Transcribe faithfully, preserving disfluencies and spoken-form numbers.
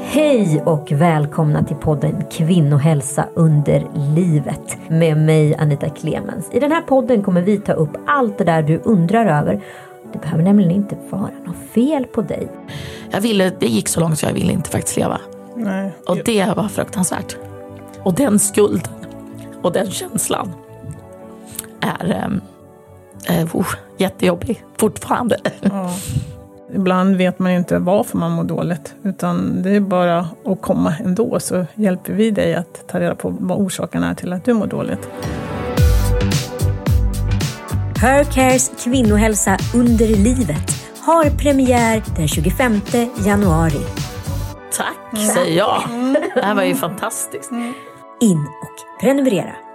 Hej och välkomna till podden Kvinnohälsa under livet med mig Anita Clemens. I den här podden kommer vi ta upp allt det där du undrar över. Det behöver nämligen inte vara något fel på dig. Jag ville, det gick så långt så jag ville inte faktiskt leva. Nej. Och det var fruktansvärt. Och den skulden och den känslan är äh, uh, jättejobbig fortfarande. Ja. Ibland vet man inte varför man mår dåligt, utan det är bara att komma ändå, så hjälper vi dig att ta reda på vad orsaken är till att du mår dåligt. Hercares Kvinnohälsa under livet har premiär den tjugofemte januari. Tack, säger jag. Det här var ju fantastiskt. In och prenumerera.